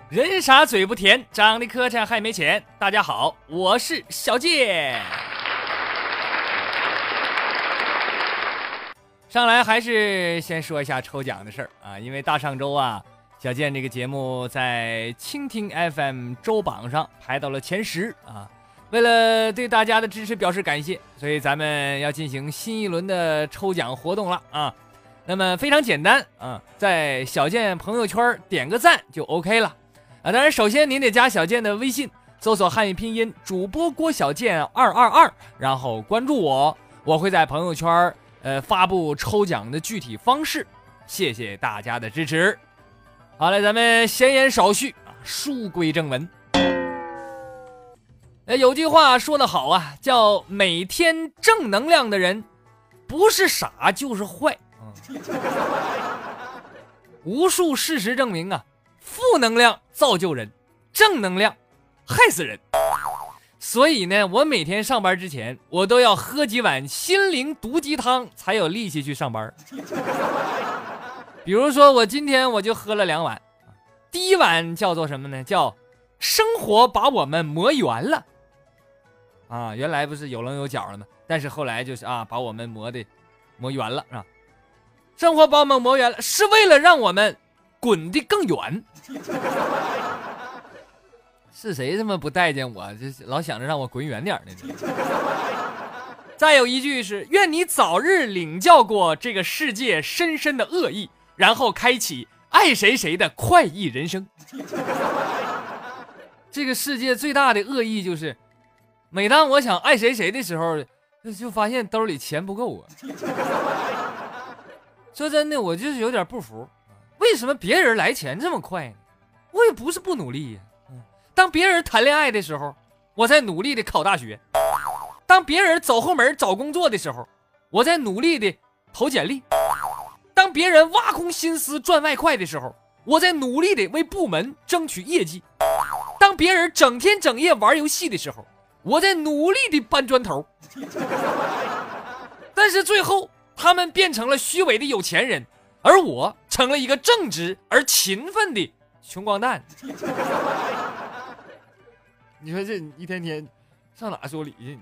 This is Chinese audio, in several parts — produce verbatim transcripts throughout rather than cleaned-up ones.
人傻嘴不甜，长得磕碜还没钱。大家好，我是小健。上来还是先说一下抽奖的事儿啊，因为大上周啊，小健这个节目在蜻蜓 F M 周榜上排到了前十啊。为了对大家的支持表示感谢，所以咱们要进行新一轮的抽奖活动了啊。那么非常简单啊，在小健朋友圈点个赞就 OK 了啊。当然，首先您得加小健的微信，搜索汉语拼音主播郭小健二二二，然后关注我，我会在朋友圈呃发布抽奖的具体方式。谢谢大家的支持。好了，咱们闲言少叙啊，书归正文。呃，有句话说得好啊，叫每天正能量的人，不是傻就是坏。嗯、无数事实证明啊，负能量造就人，正能量害死人。所以呢，我每天上班之前，我都要喝几碗心灵毒鸡汤，才有力气去上班。比如说，我今天我就喝了两碗。第一碗叫做什么呢？叫生活把我们磨圆了。啊，原来不是有棱有角了吗？但是后来就是啊，把我们磨的磨圆了，是吧？生活把我们磨圆了，是为了让我们滚得更远。是谁这么不待见我？这老想着让我滚远点呢？再有一句是：愿你早日领教过这个世界深深的恶意，然后开启爱谁谁的快意人生。这个世界最大的恶意就是，每当我想爱谁谁的时候，就发现兜里钱不够啊。说真的，我就是有点不服，为什么别人来钱这么快呢？我也不是不努力呀、啊。当别人谈恋爱的时候，我在努力的考大学；当别人走后门找工作的时候，我在努力的投简历；当别人挖空心思赚外快的时候，我在努力的为部门争取业绩；当别人整天整夜玩游戏的时候，我在努力的搬砖头。但是最后他们变成了虚伪的有钱人，而我成了一个正直而勤奋的穷光蛋。你说这一天天上哪说理去？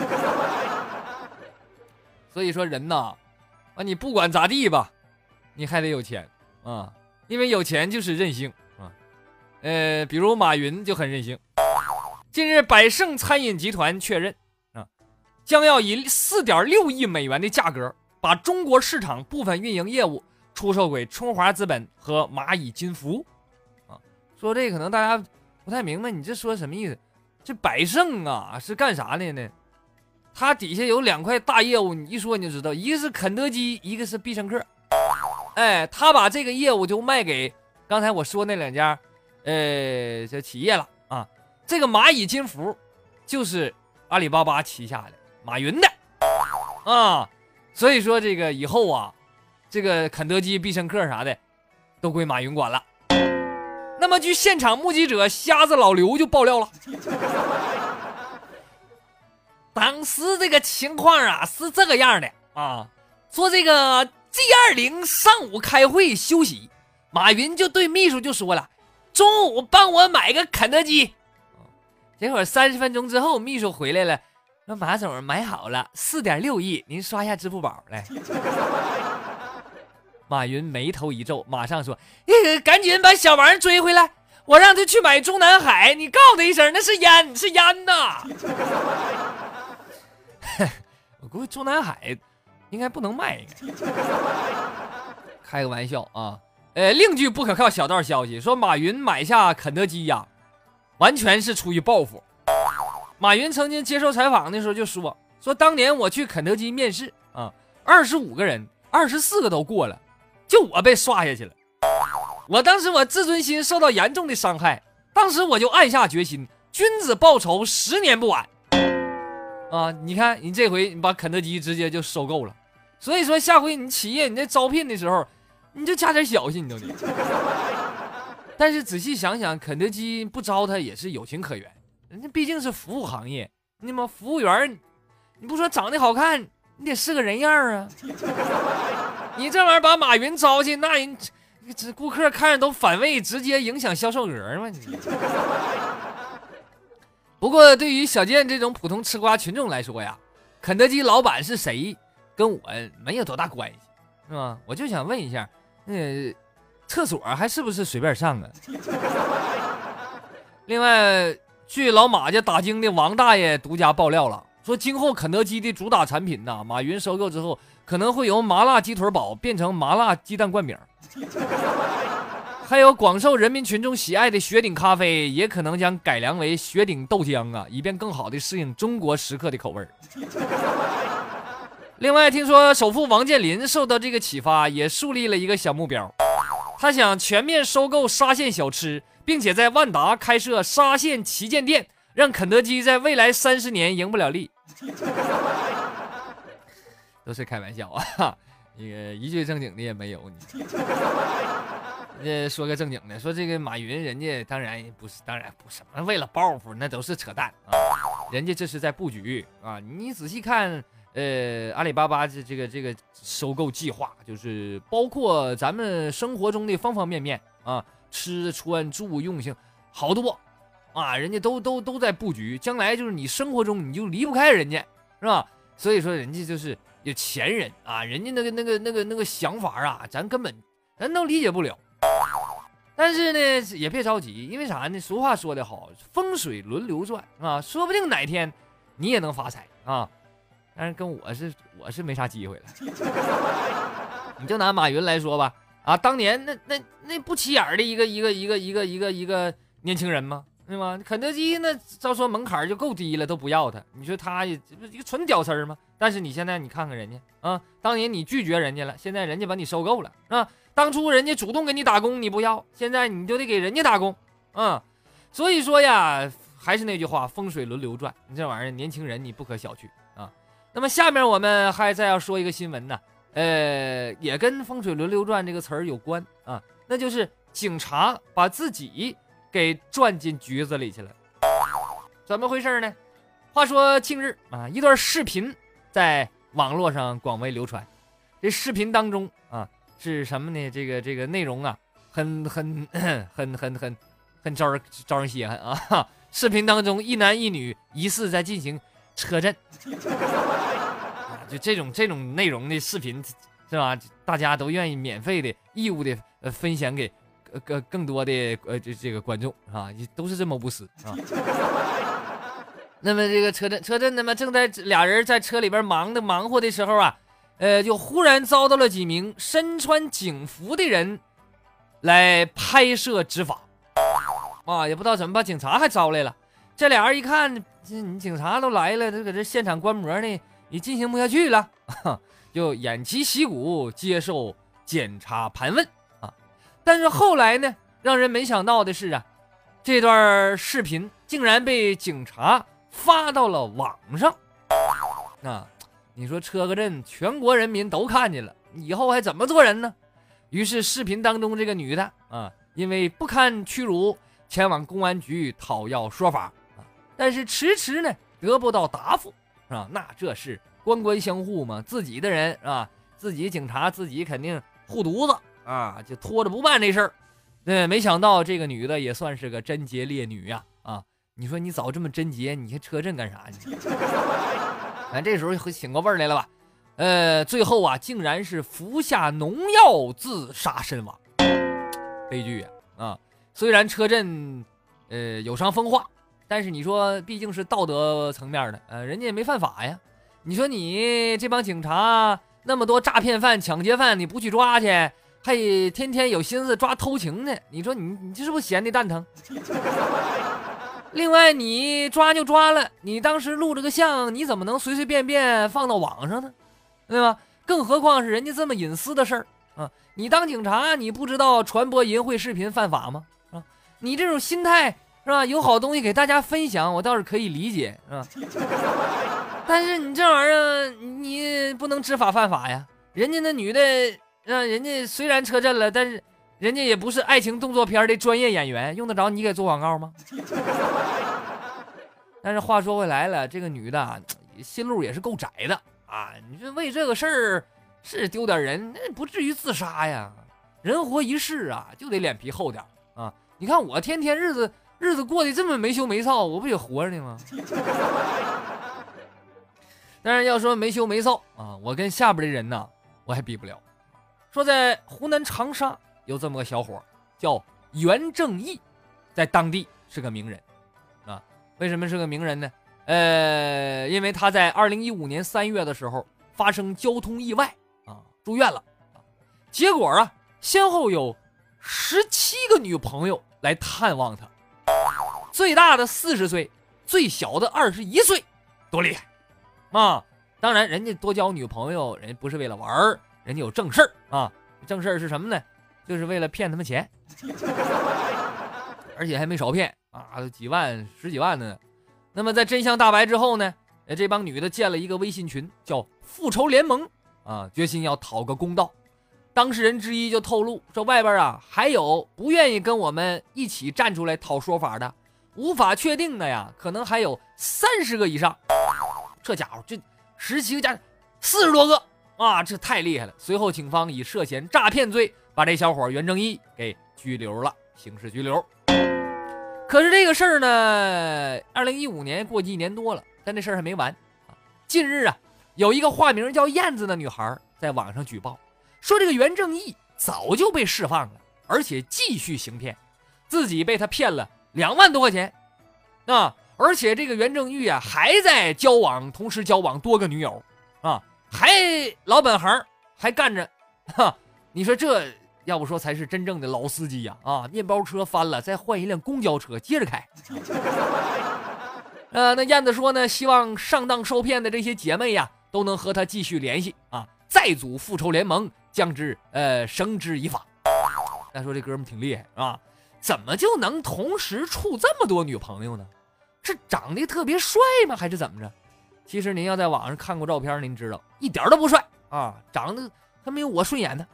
所以说人呐，啊，你不管咋地吧，你还得有钱啊，因为有钱就是任性啊。呃，比如马云就很任性。近日，百胜餐饮集团确认啊，将要以 四点六亿美元的价格，把中国市场部分运营业务出售给春华资本和蚂蚁金服。啊，说这可能大家不太明白，你这说什么意思？这百胜啊是干啥的呢？它底下有两块大业务，你一说你就知道，一个是肯德基，一个是必胜客。哎，他把这个业务就卖给刚才我说那两家呃这企业了啊。这个蚂蚁金服就是阿里巴巴旗下的马云的啊，所以说这个以后啊，这个肯德基、必胜客啥的都归马云管了。那么据现场目击者瞎子老刘就爆料了，当时这个情况啊是这个样的啊，说这个 G 二十 上午开会休息，马云就对秘书就说了，中午帮我买个肯德基。结果三十分钟之后，秘书回来了，说马总买好了 四点六亿，您刷一下支付宝来。马云眉头一皱，马上说、欸、赶紧把小王追回来，我让他去买中南海，你告他一声，那是烟，是烟呐。我估计中南海应该不能卖，开个玩笑啊。呃，另据不可靠小道消息说，马云买下肯德基呀，完全是出于报复。马云曾经接受采访的时候就说说当年我去肯德基面试啊，二十五个人，二十四个都过了，就我被刷下去了。我当时我自尊心受到严重的伤害，当时我就暗下决心，君子报仇，十年不晚。啊，你看你这回你把肯德基直接就收购了，所以说下回你企业你在招聘的时候，你就加点小心，你都得。但是仔细想想，肯德基不招他也是有情可原，人家毕竟是服务行业，那么服务员，你不说长得好看，你得是个人样啊。你这玩意儿把马云招去，那人这顾客看着都反胃，直接影响销售额吗？你。不过对于小健这种普通吃瓜群众来说呀，肯德基老板是谁，跟我没有多大关系，是吧？我就想问一下，那厕所还是不是随便上啊？另外，据老马家打更的王大爷独家爆料了，说今后肯德基的主打产品呢，马云收购之后，可能会由麻辣鸡腿堡变成麻辣鸡蛋灌饼。还有广受人民群众喜爱的雪顶咖啡，也可能将改良为雪顶豆浆啊，以便更好地适应中国食客的口味。另外，听说首富王健林受到这个启发，也树立了一个小目标，他想全面收购沙县小吃，并且在万达开设沙县旗舰店，让肯德基在未来三十年赢不了利。都是开玩笑啊，那个一句正经的也没有你。呃，说个正经的，说这个马云人家当然不是，当然不什么为了报复，那都是扯淡啊！人家这是在布局啊！你仔细看，呃，阿里巴巴这这个这个收购计划，就是包括咱们生活中的方方面面啊，吃穿住用行好多啊，人家都都都在布局，将来就是你生活中你就离不开人家，是吧？所以说人家就是有钱人啊，人家那个那个那个那个想法啊，咱根本咱都理解不了。但是呢，也别着急，因为啥呢？俗话说得好，风水轮流转啊，说不定哪天你也能发财啊。但是跟我是我是没啥机会了。你就拿马云来说吧，啊，当年那那那不起眼的一个一个一个一个一个一个年轻人吗？对吗？肯德基那照说门槛就够低了，都不要他，你说他也一个纯屌丝吗？但是你现在你看看人家啊，当年你拒绝人家了，现在人家把你收购了啊。当初人家主动给你打工，你不要，现在你就得给人家打工，嗯，所以说呀，还是那句话，风水轮流转，你这玩意儿，年轻人你不可小觑啊。那么下面我们还再要说一个新闻呢，呃，也跟风水轮流转这个词儿有关啊，那就是警察把自己给转进局子里去了，怎么回事呢？话说近日啊，一段视频在网络上广为流传，这视频当中啊。是什么呢？这个这个内容啊，很很很很很很招人招人稀罕啊！视频当中，一男一女疑似在进行车震，啊、就这种这种内容的视频是吧？大家都愿意免费的、义务的呃分享给呃更更多的呃这这个观众啊，都是这么无私啊。那么这个车震车震，那么正在俩人在车里边忙的忙活的时候啊。呃，就忽然遭到了几名身穿警服的人来拍摄执法，啊，也不知道怎么把警察还招来了。这俩人一看，这你警察都来了，都搁这现场观摩呢，你进行不下去了，就偃旗息鼓接受检查盘问啊。但是后来呢，让人没想到的是啊，这段视频竟然被警察发到了网上，啊。你说车个震，全国人民都看见了，以后还怎么做人呢？于是视频当中这个女的啊，因为不堪屈辱，前往公安局讨要说法啊，但是迟迟呢得不到答复啊。那这是官官相护嘛，自己的人啊，自己警察自己肯定护犊子啊，就拖着不办这事儿。对，没想到这个女的也算是个贞洁烈女呀啊！你说你早这么贞洁，你还车震干啥呢？咱这时候醒过味儿来了吧？呃，最后啊，竟然是服下农药自杀身亡，悲剧啊！啊，虽然车震，呃，有伤风化，但是你说毕竟是道德层面的，呃，人家也没犯法呀。你说你这帮警察那么多诈骗犯、抢劫犯，你不去抓去，还天天有心思抓偷情的，你说你你这是不是闲的蛋疼？另外，你抓就抓了，你当时录这个像，你怎么能随随便便放到网上呢？对吧？更何况是人家这么隐私的事儿啊！你当警察，你不知道传播淫秽视频犯法吗？啊，你这种心态是吧？有好东西给大家分享，我倒是可以理解啊。但是你这玩意儿，你不能知法犯法呀！人家那女的，让、啊、人家虽然车震了，但是。人家也不是爱情动作片的专业演员，用得着你给做广告吗？但是话说回来了，这个女的心路也是够窄的啊！你说为这个事儿是丢点人，那不至于自杀呀。 人活一世啊，就得脸皮厚点啊。你看我天天日子日子过得这么没羞没臊，我不也活着呢吗？但是要说没羞没臊啊，我跟下边的人呢，我还比不了。说在湖南长沙有这么个小伙叫袁正义，在当地是个名人啊。为什么是个名人呢？呃，因为他在二零一五年三月的时候发生交通意外啊，住院了。结果啊，先后有十七个女朋友来探望他，最大的四十岁，最小的二十一岁，多厉害啊！当然，人家多交女朋友，人家不是为了玩儿，人家有正事儿啊。正事儿是什么呢？就是为了骗他们钱，而且还没少骗啊，几万、十几万的呢。那么在真相大白之后呢，这帮女的建了一个微信群，叫复仇联盟啊，决心要讨个公道。当事人之一就透露说，外边啊还有不愿意跟我们一起站出来讨说法的，无法确定的呀，可能还有三十个以上。这家伙这十七个加四十多个啊，这太厉害了。随后警方以涉嫌诈骗罪把这小伙袁正义给拘留了，刑事拘留。可是这个事儿呢，二零一五年过去一年多了，但这事儿还没完。近日啊，有一个化名叫燕子的女孩在网上举报，说这个袁正义早就被释放了，而且继续行骗，自己被他骗了两万多块钱啊！而且这个袁正义啊，还在交往，同时交往多个女友啊，还老本行，还干着，哈！你说这要不说才是真正的老司机呀！啊, 啊，面包车翻了，再换一辆公交车接着开。呃，那燕子说呢，希望上当受骗的这些姐妹呀，都能和他继续联系啊，再组复仇联盟，将之呃绳之以法。再说这哥们挺厉害啊，怎么就能同时处这么多女朋友呢？是长得特别帅吗？还是怎么着？其实您要在网上看过照片，您知道一点都不帅啊，长得还没有我顺眼呢。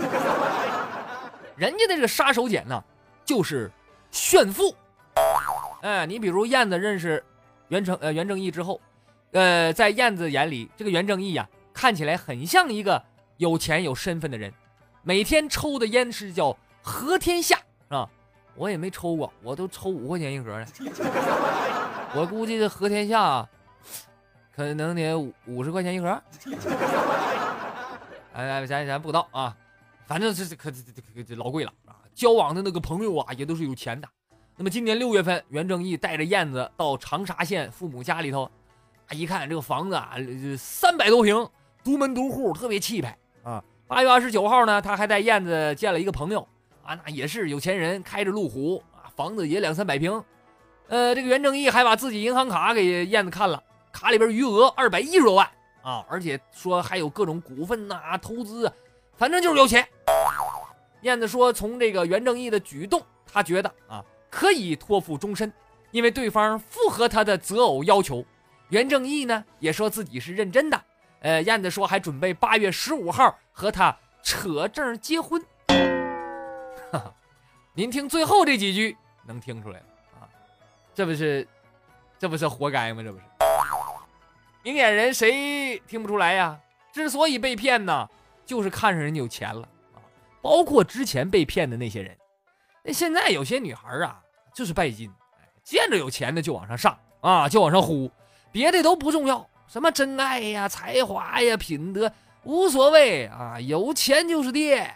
人家的这个杀手锏呢，就是炫富。哎，你比如燕子认识袁成呃袁正义之后，呃，在燕子眼里，这个袁正义呀、啊，看起来很像一个有钱有身份的人，每天抽的烟是叫和天下啊，我也没抽过，我都抽五块钱一盒的。我估计这和天下可能得五十块钱一盒。哎，咱咱不知道啊，反正这这可这这这老贵了啊！交往的那个朋友啊，也都是有钱的。那么今年六月份，袁正义带着燕子到长沙县父母家里头，啊，一看这个房子啊，三百多平，独门独户，特别气派啊。八月二十九号呢，他还带燕子见了一个朋友啊，那也是有钱人，开着路虎啊，房子也两三百平。呃，这个袁正义还把自己银行卡给燕子看了，卡里边余额二百一十多万啊，而且说还有各种股份呐、啊、投资，反正就是有钱。燕子说，从这个袁正义的举动，他觉得啊，可以托付终身，因为对方符合他的择偶要求。袁正义呢，也说自己是认真的。呃，燕子说还准备八月十五号和他扯证结婚。哈哈，您听最后这几句，能听出来了啊？这不是，这不是活该吗？这不是，明眼人谁听不出来呀？之所以被骗呢，就是看上人家有钱了啊。包括之前被骗的那些人，那现在有些女孩啊，就是拜金，见着有钱的就往上上啊，就往上呼，别的都不重要，什么真爱呀、才华呀、品德无所谓啊，有钱就是爹。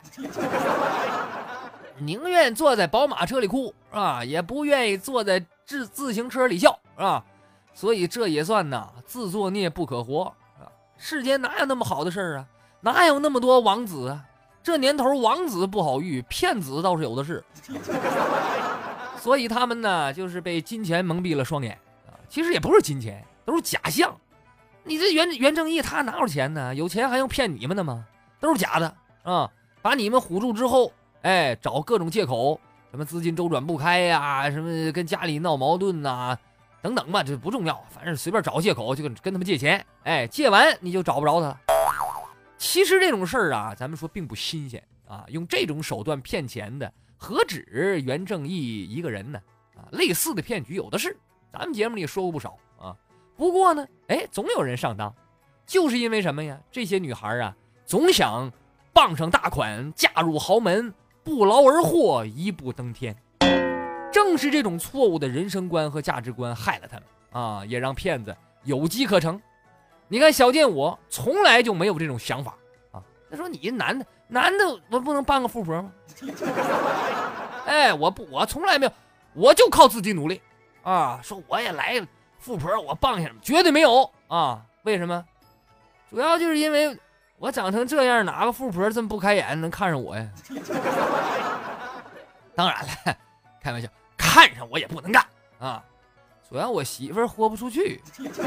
宁愿坐在宝马车里哭啊，也不愿意坐在自自行车里笑啊。所以这也算呐，自作孽不可活啊！世间哪有那么好的事儿啊？哪有那么多王子啊？这年头王子不好遇，骗子倒是有的是。所以他们呢，就是被金钱蒙蔽了双眼啊。其实也不是金钱，都是假象。你这袁袁正义他哪有钱呢？有钱还用骗你们的吗？都是假的啊！把你们唬住之后，哎，找各种借口，什么资金周转不开呀、啊，什么跟家里闹矛盾呐、啊，等等吧，这不重要，反正随便找借口就跟跟他们借钱，哎，借完你就找不着他了。其实这种事儿啊，咱们说并不新鲜啊，用这种手段骗钱的何止袁正义一个人呢？啊，类似的骗局有的是，咱们节目里也说过不少啊。不过呢，哎，总有人上当，就是因为什么呀？这些女孩啊，总想傍上大款，嫁入豪门， 不劳而获，一步登天。正是这种错误的人生观和价值观害了他们啊，也让骗子有机可乘。你看小贱我从来就没有这种想法啊。他说你男的男的我不能办个富婆吗？哎，我不我从来没有，我就靠自己努力啊。说我也来富婆我傍下，绝对没有啊。为什么？主要就是因为我长成这样，哪个富婆这么不开眼能看上我呀？当然了，开玩笑，看上我也不能干啊。主要我媳妇儿豁不出去。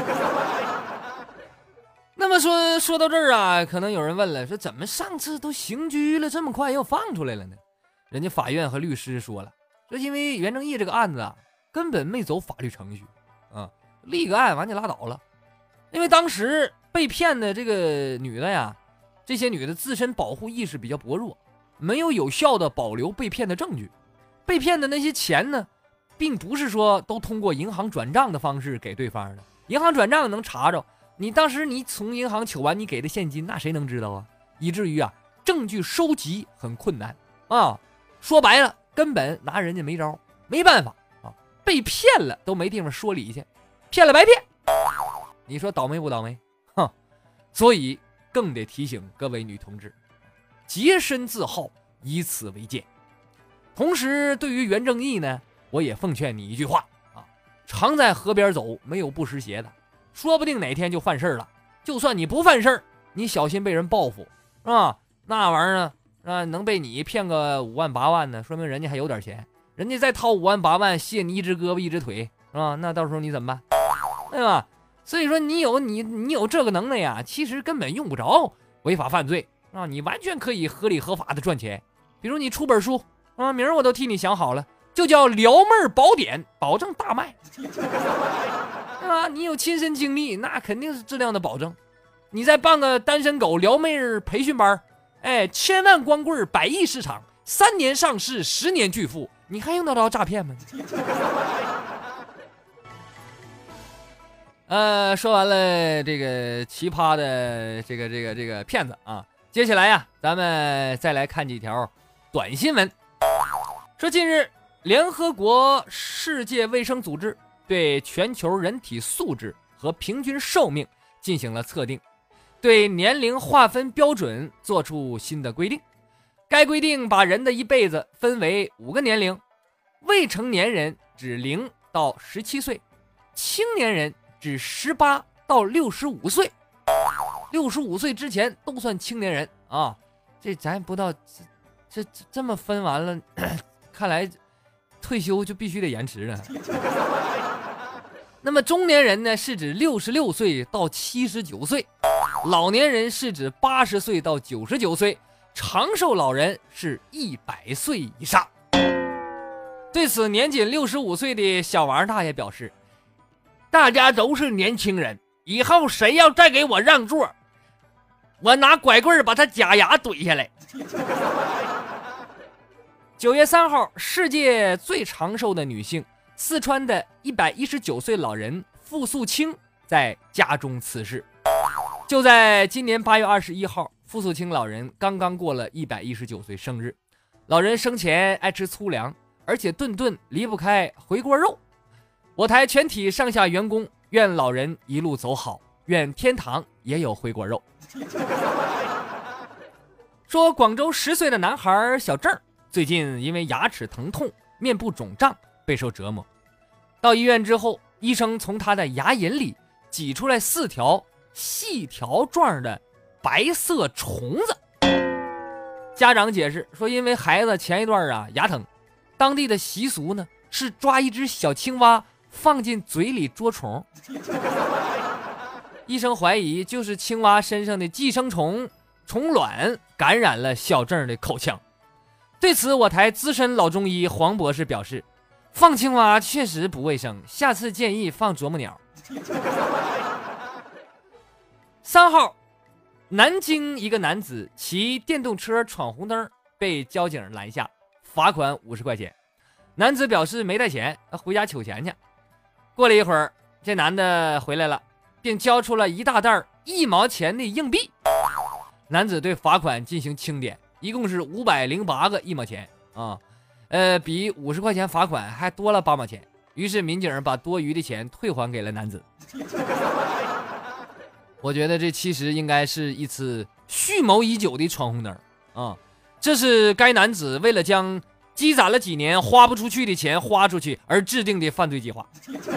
那么说说到这儿啊，可能有人问了，说怎么上次都刑拘了，这么快又放出来了呢？人家法院和律师说了，说因为袁正义这个案子啊，根本没走法律程序啊，立个案完就拉倒了。因为当时被骗的这个女的呀，这些女的自身保护意识比较薄弱，没有有效的保留被骗的证据。被骗的那些钱呢，并不是说都通过银行转账的方式给对方的，银行转账能查着。你当时你从银行取完你给的现金，那谁能知道啊？以至于啊，证据收集很困难啊。说白了，根本拿人家没招，没办法啊。被骗了都没地方说理去，骗了白骗。你说倒霉不倒霉？哼！所以更得提醒各位女同志，洁身自好，以此为戒。同时，对于袁正义呢，我也奉劝你一句话啊：常在河边走，没有不湿鞋的。说不定哪天就犯事了。就算你不犯事，你小心被人报复，是吧？那玩意儿呢，啊，能被你骗个五万八万呢，说明人家还有点钱。人家再掏五万八万卸你一只胳膊一只腿，是吧？那到时候你怎么办？对吧？所以说你有你你有这个能耐呀，其实根本用不着违法犯罪啊，你完全可以合理合法的赚钱。比如你出本书啊，名儿我都替你想好了，就叫《撩妹儿宝典》，保证大卖。啊，你有亲身经历，那肯定是质量的保证。你再办个单身狗撩妹儿培训班，哎，千万光棍百亿市场，三年上市，十年巨富，你还用得着诈骗吗？呃，说完了这个奇葩的这个这个这个骗子啊，接下来呀，咱们再来看几条短新闻。说近日，联合国世界卫生组织对全球人体素质和平均寿命进行了测定，对年龄划分标准做出新的规定。该规定把人的一辈子分为五个年龄：未成年人指零到十七岁，青年人指十八到六十五岁，六十五岁之前都算青年人啊。这咱不知道，这这这么分完了，看来退休就必须得延迟了。那么中年人呢，是指六十六岁到七十九岁，老年人是指八十岁到九十九岁，长寿老人是一百岁以上。对此，年仅六十五岁的小王大爷表示，大家都是年轻人，以后谁要再给我让座，我拿拐棍把他假牙怼下来。九月三号，世界最长寿的女性，四川的一百一十九岁老人傅素清在家中辞世。就在今年八月二十一号，傅素清老人刚刚过了一百一十九岁生日。老人生前爱吃粗粮，而且顿顿离不开回锅肉。我台全体上下员工愿老人一路走好，愿天堂也有回锅肉。说广州十岁的男孩小郑最近因为牙齿疼痛、面部肿胀备受折磨。到医院之后，医生从他的牙龈里挤出来四条细条状的白色虫子。家长解释说，因为孩子前一段啊牙疼，当地的习俗呢是抓一只小青蛙放进嘴里捉虫。医生怀疑就是青蛙身上的寄生虫虫卵感染了小郑的口腔。对此，我台资深老中医黄博士表示，放青蛙确实不卫生，下次建议放啄木鸟。三号，南京一个男子骑电动车闯红灯，被交警拦下，罚款五十块钱。男子表示没带钱，回家取钱去。过了一会儿，这男的回来了，并交出了一大袋一毛钱的硬币。男子对罚款进行清点， 一共是五百零八个一毛钱啊，呃，比五十块钱罚款还多了八毛钱。于是民警把多余的钱退还给了男子。我觉得这其实应该是一次蓄谋已久的闯红灯啊！这是该男子为了将积攒了几年花不出去的钱花出去而制定的犯罪计划。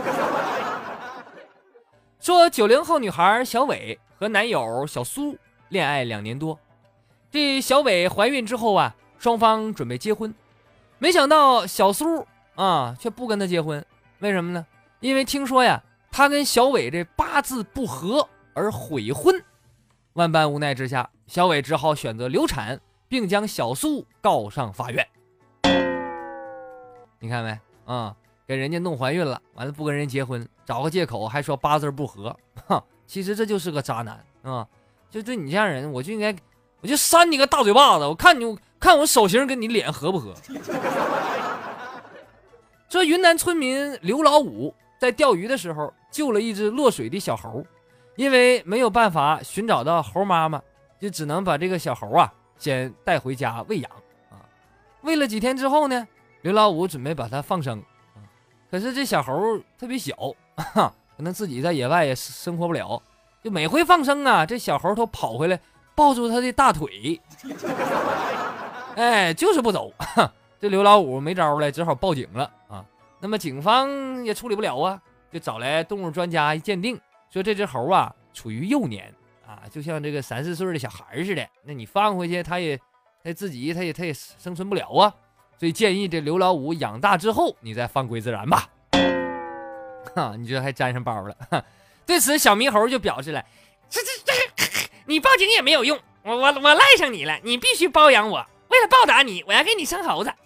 说九零后女孩小伟和男友小苏恋爱两年多，这小伟怀孕之后啊，双方准备结婚，没想到小苏啊却不跟他结婚，为什么呢？因为听说呀，他跟小伟这八字不合而悔婚。万般无奈之下，小伟只好选择流产，并将小苏告上法院。你看没啊？给人家弄怀孕了，完了不跟人结婚，找个借口还说八字不合，哈，其实这就是个渣男啊！就对你这样人，我就应该，我就扇你个大嘴巴子，我看你看我手型跟你脸合不合。这云南村民刘老五在钓鱼的时候救了一只落水的小猴，因为没有办法寻找到猴妈妈，就只能把这个小猴啊先带回家喂养啊。喂了几天之后呢，刘老五准备把它放生。可是这小猴特别小，可能自己在野外也生活不了，就每回放生啊，这小猴都跑回来抱住他的大腿，哎，就是不走。这刘老五没招了，只好报警了啊。那么警方也处理不了啊，就找来动物专家一鉴定，说这只猴啊处于幼年啊，就像这个三四岁的小孩似的，那你放回去，它也它自己它也它也生存不了啊。所以建议这刘老五养大之后，你再放归自然吧。哈，你这还沾上包了。对此，小猕猴就表示了：这这这，你报警也没有用，我我我赖上你了，你必须包养我。为了报答你，我要给你生猴子。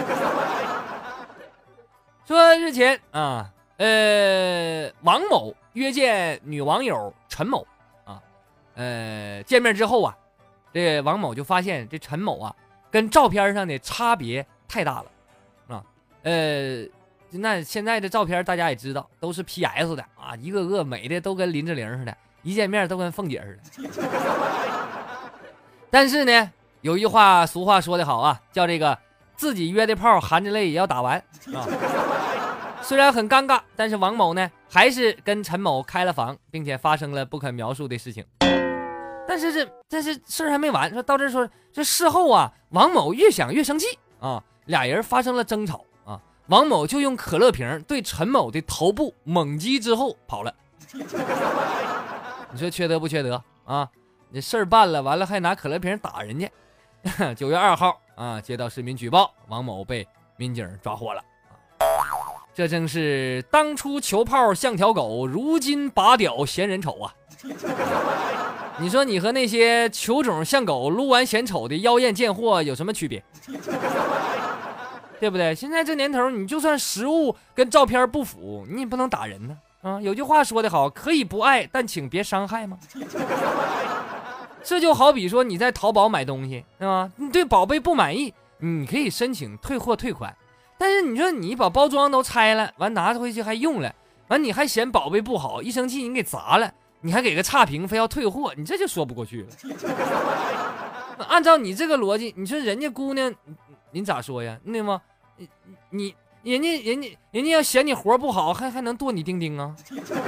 说日前啊，呃，王某约见女网友陈某啊，呃，见面之后啊，这王某就发现这陈某啊，跟照片上的差别太大了啊，呃，那现在的照片大家也知道，都是 P S 的啊，一个个美的都跟林志玲似的，一见面都跟凤姐似的。但是呢，有一句话俗话说得好啊，叫这个自己约的炮含着泪也要打完啊。虽然很尴尬，但是王某呢还是跟陈某开了房，并且发生了不可描述的事情。但是这但是事儿还没完，说到这说这事后啊，王某越想越生气啊，俩人发生了争吵啊，王某就用可乐瓶对陈某的头部猛击之后跑了。你说缺德不缺德啊？你事儿办了，完了还拿可乐瓶打人家。九月二号啊，接到市民举报，王某被民警抓获了。这正是当初求炮像条狗，如今拔屌嫌人丑啊！你说你和那些求种像狗、撸完嫌丑的妖艳贱货有什么区别？对不对？现在这年头，你就算实物跟照片不符，你也不能打人呢。啊，有句话说得好，可以不爱，但请别伤害吗？这就好比说你在淘宝买东西，是吧？你对宝贝不满意，你可以申请退货退款。但是你说你把包装都拆了，完拿回去还用了，完你还嫌宝贝不好，一生气你给砸了，你还给个差评，非要退货，你这就说不过去了。按照你这个逻辑，你说人家姑娘，您咋说呀？对吗？你你人家人家人家要嫌你活不好，还还能剁你钉钉啊？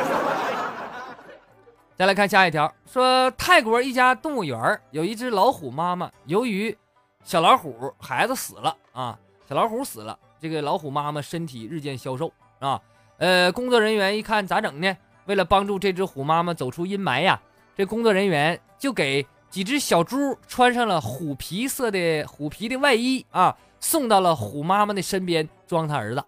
再来看下一条，说泰国一家动物园有一只老虎妈妈，由于小老虎孩子死了啊，小老虎死了。这个老虎妈妈身体日渐消瘦啊，呃，工作人员一看咋整呢？为了帮助这只虎妈妈走出阴霾呀，这工作人员就给几只小猪穿上了虎皮色的虎皮的外衣啊，送到了虎妈妈的身边，装他儿子。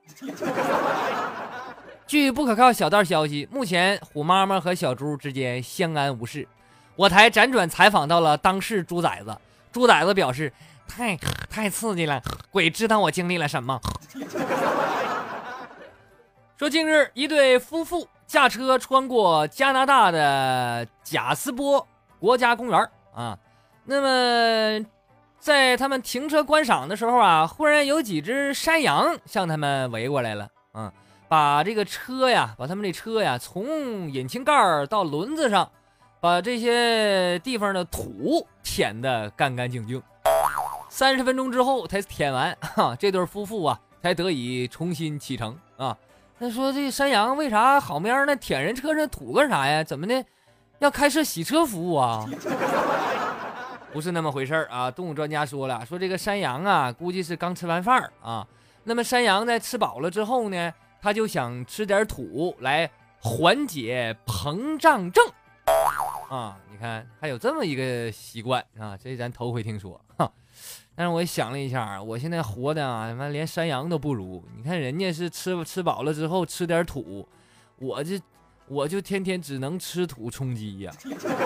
据不可靠小道消息，目前虎妈妈和小猪之间相安无事。我台辗转采访到了当事猪崽子，猪崽子表示。太太刺激了，鬼知道我经历了什么。说近日一对夫妇驾车穿过加拿大的贾斯波国家公园啊，那么在他们停车观赏的时候啊，忽然有几只山羊向他们围过来了啊，把这个车呀，把他们这车呀从引擎盖到轮子上，把这些地方的土舔得干干净净。 三十分钟之后才舔完，哈，这对夫妇啊才得以重新启程啊。他说这山羊为啥好面儿那舔人车上土干啥呀？怎么的，要开设洗车服务啊？不是那么回事儿啊！动物专家说了，说这个山羊啊，估计是刚吃完饭啊。那么山羊在吃饱了之后呢，他就想吃点土来缓解膨胀症啊。你看还有这么一个习惯啊，这咱头回听说哈。但是我也想了一下，我现在活的啊，他妈连山羊都不如。你看人家是吃吃饱了之后吃点土，我这我就天天只能吃土充饥呀。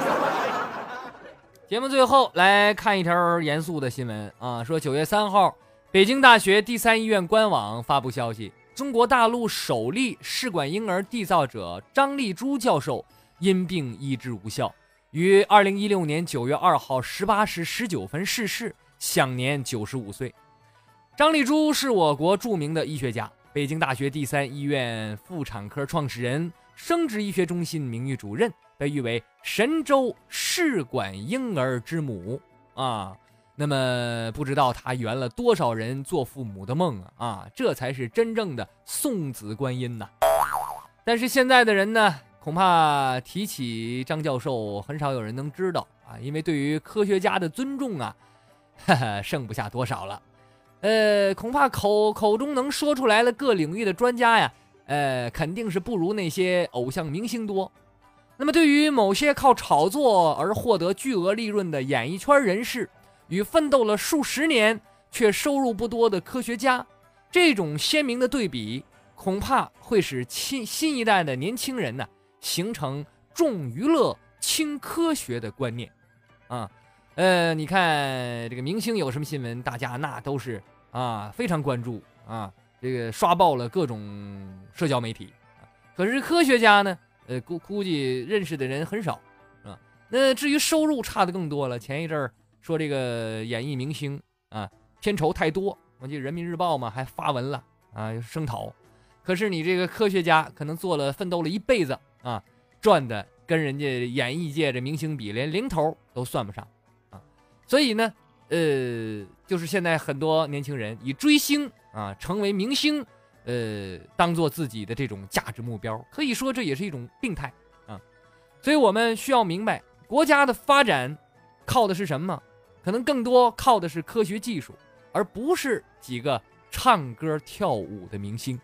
节目最后来看一条严肃的新闻啊，说九月三号，北京大学第三医院官网发布消息，中国大陆首例试管婴儿缔造者张丽珠教授因病医治无效，于二零一六年九月二号十八时十九分逝世，享年九十五岁。张丽珠是我国著名的医学家，北京大学第三医院妇产科创始人，生殖医学中心名誉主任，被誉为神舟试管婴儿之母啊。那么不知道他圆了多少人做父母的梦啊啊，这才是真正的送子观音呐。但是现在的人呢，恐怕提起张教授很少有人能知道啊，因为对于科学家的尊重啊，哈哈，剩不下多少了。呃，恐怕口口中能说出来的各领域的专家呀，呃，肯定是不如那些偶像明星多。那么对于某些靠炒作而获得巨额利润的演艺圈人士，与奋斗了数十年却收入不多的科学家，这种鲜明的对比，恐怕会使新新一代的年轻人呢、啊，形成重娱乐轻科学的观念啊。呃，你看这个明星有什么新闻，大家那都是啊非常关注啊，这个刷爆了各种社交媒体。可是科学家呢，呃估估计认识的人很少啊。那至于收入差的更多了，前一阵儿说这个演艺明星啊片酬太多，我记得人民日报嘛还发文了啊声讨。可是你这个科学家可能做了奋斗了一辈子啊，赚的跟人家演艺界的明星比连零头都算不上啊。所以呢呃就是现在很多年轻人以追星啊成为明星呃当做自己的这种价值目标，可以说这也是一种病态啊。所以我们需要明白，国家的发展靠的是什么？可能更多靠的是科学技术，而不是几个唱歌跳舞的明星。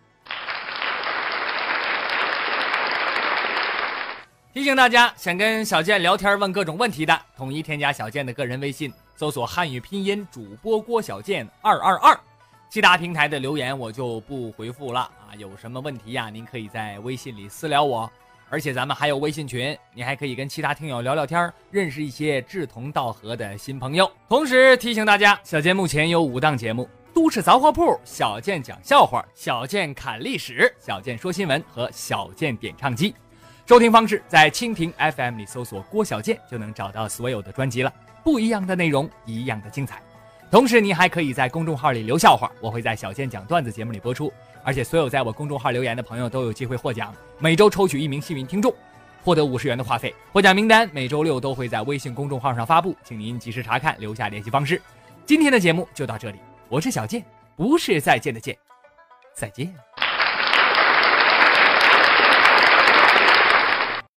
提醒大家，想跟小健聊天问各种问题的，统一添加小健的个人微信，搜索汉语拼音主播郭小健二二二。其他平台的留言我就不回复了啊，有什么问题呀、啊，您可以在微信里私聊我。而且咱们还有微信群，你还可以跟其他听友聊聊天，认识一些志同道合的新朋友。同时提醒大家，小健目前有五档节目：都市杂货铺、小健讲笑话、小健侃历史、小健说新闻和小健点唱机。收听方式在蜻蜓 F M 里搜索郭小健就能找到所有的专辑了，不一样的内容，一样的精彩。同时你还可以在公众号里留笑话，我会在小健讲段子节目里播出，而且所有在我公众号留言的朋友都有机会获奖，每周抽取一名幸运听众，获得五十元的话费。获奖名单每周六都会在微信公众号上发布，请您及时查看，留下联系方式。今天的节目就到这里，我是小健，不是再见的见，再见。